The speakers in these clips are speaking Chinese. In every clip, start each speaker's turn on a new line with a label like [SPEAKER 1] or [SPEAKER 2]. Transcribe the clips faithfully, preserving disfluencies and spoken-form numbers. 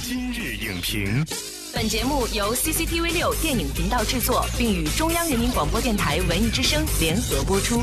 [SPEAKER 1] 今日影评。
[SPEAKER 2] 本节目由 C C T V 六电影频道制作，并与中央人民广播电台文艺之声联合播出。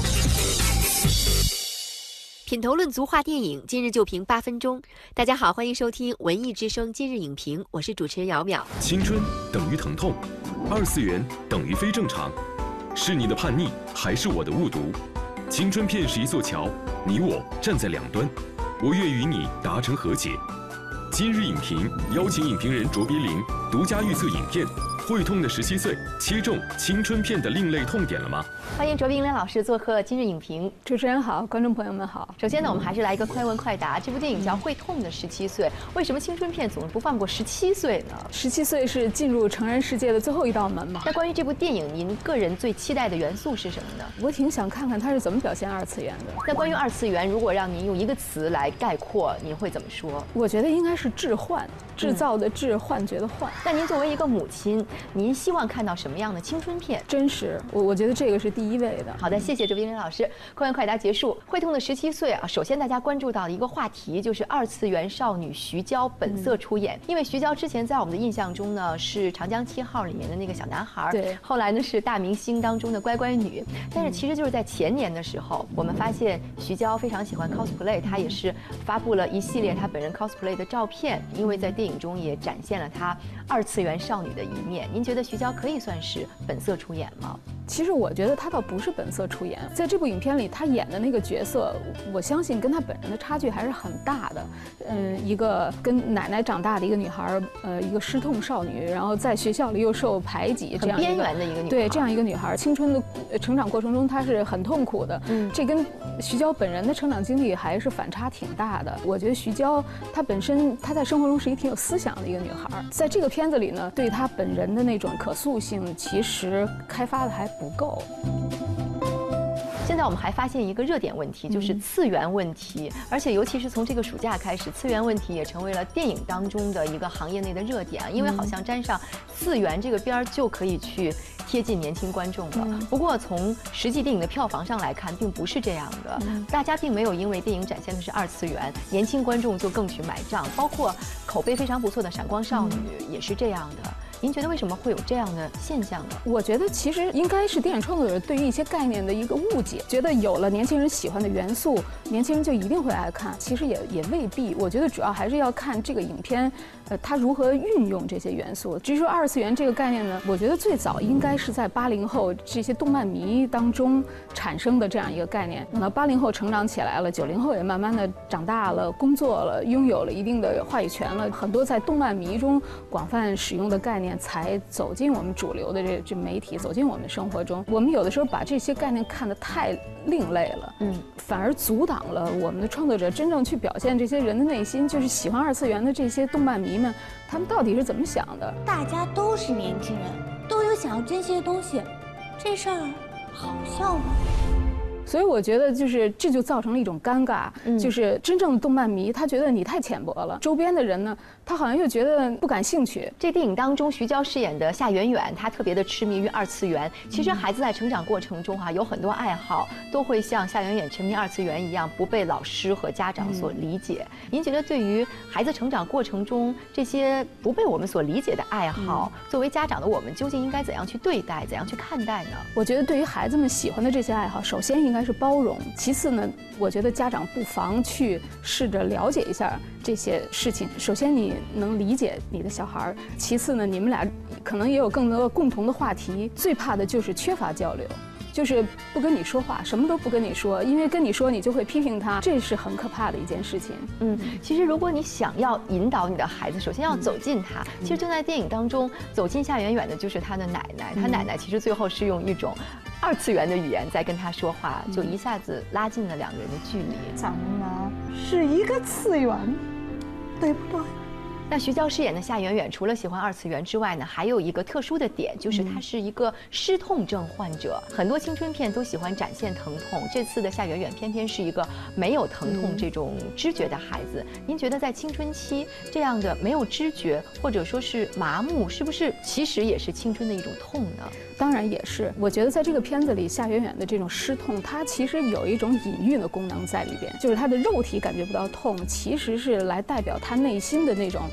[SPEAKER 3] 品头论足话电影，今日就评八分钟。大家好，欢迎收听文艺之声今日影评，我是主持人姚淼。
[SPEAKER 4] 青春等于疼痛，二次元等于非正常，是你的叛逆，还是我的误读？青春片是一座桥，你我站在两端，我愿与你达成和解。今日影评邀请影评人卓别林独家预测影片。会痛的十七岁，切中青春片的另类痛点了吗？
[SPEAKER 2] 欢迎卓别林老师做客今日影评。
[SPEAKER 5] 主持人好，观众朋友们好。
[SPEAKER 2] 首先呢，我们还是来一个快问快答。这部电影叫《会痛的十七岁》，为什么青春片总是不放过十七岁呢？
[SPEAKER 5] 十七岁是进入成人世界的最后一道门嘛？
[SPEAKER 2] 那关于这部电影，您个人最期待的元素是什么呢？
[SPEAKER 5] 我挺想看看他是怎么表现二次元的。
[SPEAKER 2] 那关于二次元，如果让您用一个词来概括，您会怎么说？
[SPEAKER 5] 我觉得应该是置换，制造的制，幻觉的幻。
[SPEAKER 2] 那您作为一个母亲，您希望看到什么样的青春片？
[SPEAKER 5] 真实，我我觉得这个是第一位的。
[SPEAKER 2] 好的，谢谢卓别林老师。快问快答结束。会痛的十七岁啊，首先大家关注到的一个话题就是二次元少女徐娇本色出演。嗯、因为徐娇之前在我们的印象中呢是《长江七号》里面的那个小男孩，
[SPEAKER 5] 对，
[SPEAKER 2] 后来呢是大明星当中的乖乖女。但是其实就是在前年的时候，我们发现徐娇非常喜欢 cosplay， 她也是发布了一系列她本人 cosplay 的照片，因为在电影中也展现了她二次元少女的一面。您觉得徐娇可以算是本色出演吗？
[SPEAKER 5] 其实我觉得她倒不是本色出演，在这部影片里，她演的那个角色，我相信跟她本人的差距还是很大的。嗯，一个跟奶奶长大的一个女孩，呃，一个失痛少女，然后在学校里又受排挤，这样
[SPEAKER 2] 边缘的一个女孩。
[SPEAKER 5] 对，这样一个女孩，青春的成长过程中她是很痛苦的。嗯，这跟徐娇本人的成长经历还是反差挺大的。我觉得徐娇她本身她在生活中是一个挺有思想的一个女孩，在这个片子里呢，对她本人的那种可塑性其实开发的还不够。
[SPEAKER 2] 现在我们还发现一个热点问题，就是次元问题，而且尤其是从这个暑假开始，次元问题也成为了电影当中的一个行业内的热点，因为好像沾上次元这个边儿就可以去贴近年轻观众了。不过从实际电影的票房上来看，并不是这样的，大家并没有因为电影展现的是二次元，年轻观众就更去买账，包括口碑非常不错的《闪光少女》也是这样的。您觉得为什么会有这样的现象呢？
[SPEAKER 5] 我觉得其实应该是电影创作者对于一些概念的一个误解，觉得有了年轻人喜欢的元素，年轻人就一定会爱看。其实也也未必。我觉得主要还是要看这个影片，呃，它如何运用这些元素。至于说二次元这个概念呢，我觉得最早应该是在八零后这些动漫迷当中产生的这样一个概念。等到八零后成长起来了，九零后也慢慢的长大了，工作了，拥有了一定的话语权了，很多在动漫迷中广泛使用的概念才走进我们主流的这这媒体，走进我们生活中。我们有的时候把这些概念看得太另类了，嗯，反而阻挡了我们的创作者真正去表现这些人的内心，就是喜欢二次元的这些动漫迷们，他们到底是怎么想的？
[SPEAKER 6] 大家都是年轻人，都有想要珍惜的东西，这事儿好笑吗？
[SPEAKER 5] 所以我觉得就是这就造成了一种尴尬，嗯、就是真正的动漫迷他觉得你太浅薄了，周边的人呢，他好像又觉得不感兴趣。
[SPEAKER 2] 这电影当中，徐娇饰演的夏圆圆，她特别的痴迷于二次元。其实孩子在成长过程中哈、啊，有很多爱好都会像夏圆圆沉迷二次元一样，不被老师和家长所理解。嗯、您觉得对于孩子成长过程中这些不被我们所理解的爱好，嗯、作为家长的我们究竟应该怎样去对待，怎样去看待呢？
[SPEAKER 5] 我觉得对于孩子们喜欢的这些爱好，首先应该应该是包容，其次呢，我觉得家长不妨去试着了解一下这些事情。首先你能理解你的小孩，其次呢，你们俩可能也有更多共同的话题。最怕的就是缺乏交流，就是不跟你说话，什么都不跟你说，因为跟你说你就会批评他，这是很可怕的一件事情。
[SPEAKER 2] 嗯，其实如果你想要引导你的孩子，首先要走近他。嗯、其实就在电影当中，走近夏圆圆的就是他的奶奶，他奶奶其实最后是用一种二次元的语言在跟他说话，就一下子拉近了两个人的距离。
[SPEAKER 6] 咱们呢是一个次元，对不对？
[SPEAKER 2] 那徐娇饰演的夏圆圆，除了喜欢二次元之外呢，还有一个特殊的点，就是她是一个失痛症患者。嗯、很多青春片都喜欢展现疼痛，这次的夏圆圆偏偏是一个没有疼痛这种知觉的孩子。嗯、您觉得在青春期这样的没有知觉或者说是麻木，是不是其实也是青春的一种痛呢？
[SPEAKER 5] 当然也是。我觉得在这个片子里，夏圆圆的这种失痛，它其实有一种隐喻的功能在里边，就是她的肉体感觉不到痛，其实是来代表她内心的那种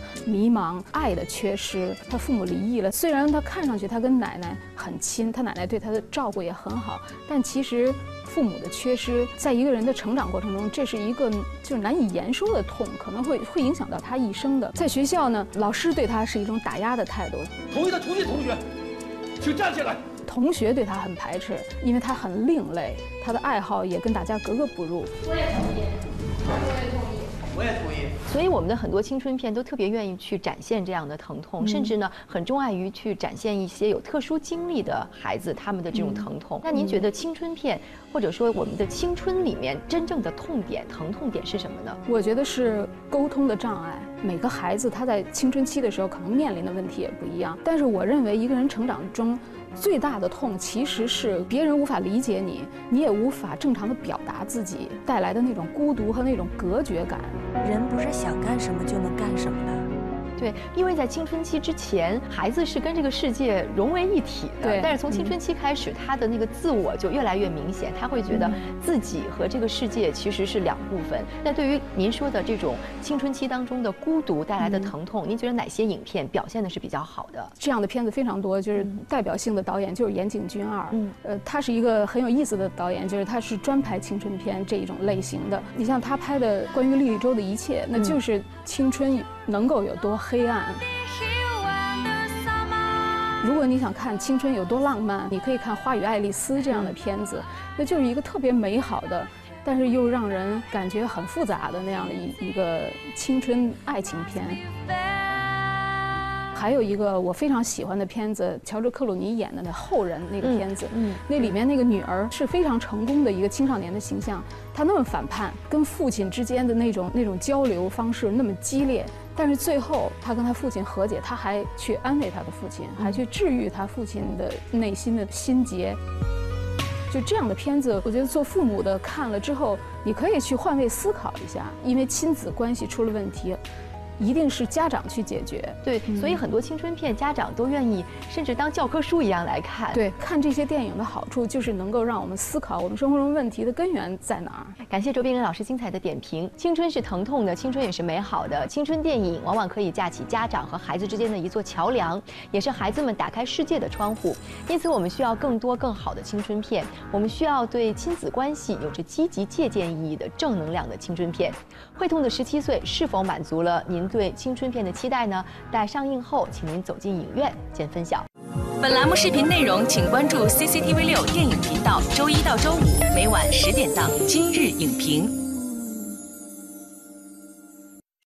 [SPEAKER 5] 迷茫、爱的缺失。他父母离异了，虽然他看上去他跟奶奶很亲，他奶奶对他的照顾也很好，但其实父母的缺失，在一个人的成长过程中，这是一个就是难以言说的痛，可能会会影响到他一生的。在学校呢，老师对他是一种打压的态度。
[SPEAKER 1] 同意的同意同学，请站起来。
[SPEAKER 5] 同学对他很排斥，因为他很另类，他的爱好也跟大家格格不入。
[SPEAKER 6] 我也同意，我也同意。
[SPEAKER 1] 我也同意。
[SPEAKER 2] 所以我们的很多青春片都特别愿意去展现这样的疼痛，嗯、甚至呢很钟爱于去展现一些有特殊经历的孩子他们的这种疼痛。嗯、那您觉得青春片或者说我们的青春里面真正的痛点、疼痛点是什么呢？
[SPEAKER 5] 我觉得是沟通的障碍。每个孩子他在青春期的时候可能面临的问题也不一样，但是我认为一个人成长中最大的痛其实是别人无法理解你，你也无法正常的表达自己带来的那种孤独和那种隔绝感。
[SPEAKER 7] 人不是想干什么就能干什么的。
[SPEAKER 2] 对，因为在青春期之前，孩子是跟这个世界融为一体的。
[SPEAKER 5] 对。
[SPEAKER 2] 但是从青春期开始，他的那个自我就越来越明显，他会觉得自己和这个世界其实是两部分。那对于您说的这种青春期当中的孤独带来的疼痛，您觉得哪些影片表现的是比较好的？
[SPEAKER 5] 这样的片子非常多，就是代表性的导演就是岩井俊二。嗯。呃，他是一个很有意思的导演，就是他是专拍青春片这一种类型的。你像他拍的关于莉莉周的一切，那就是青春能够有多黑暗。如果你想看青春有多浪漫，你可以看《花与爱丽丝》这样的片子，那就是一个特别美好的，但是又让人感觉很复杂的那样的一一个青春爱情片。还有一个我非常喜欢的片子，乔治克鲁尼演的那《后人》那个片子，嗯，嗯那里面那个女儿是非常成功的一个青少年的形象，她那么反叛，跟父亲之间的那种那种交流方式那么激烈，但是最后她跟她父亲和解，她还去安慰她的父亲，还去治愈她父亲的内心的心结。就这样的片子，我觉得做父母的看了之后，你可以去换位思考一下，因为亲子关系出了问题，一定是家长去解决。
[SPEAKER 2] 对，所以很多青春片家长都愿意，甚至当教科书一样来看。
[SPEAKER 5] 对，看这些电影的好处就是能够让我们思考我们生活中问题的根源在哪儿。
[SPEAKER 2] 感谢卓别林老师精彩的点评。青春是疼痛的，青春也是美好的。青春电影往往可以架起家长和孩子之间的一座桥梁，也是孩子们打开世界的窗户。因此，我们需要更多更好的青春片。我们需要对亲子关系有着积极借鉴意义的正能量的青春片。会痛的十七岁是否满足了您对青春片的期待呢？待上映后，请您走进影院见分晓。
[SPEAKER 8] 本栏目视频内容，请关注 C C T V 六电影频道，周一到周五每晚十点档《今日影评》。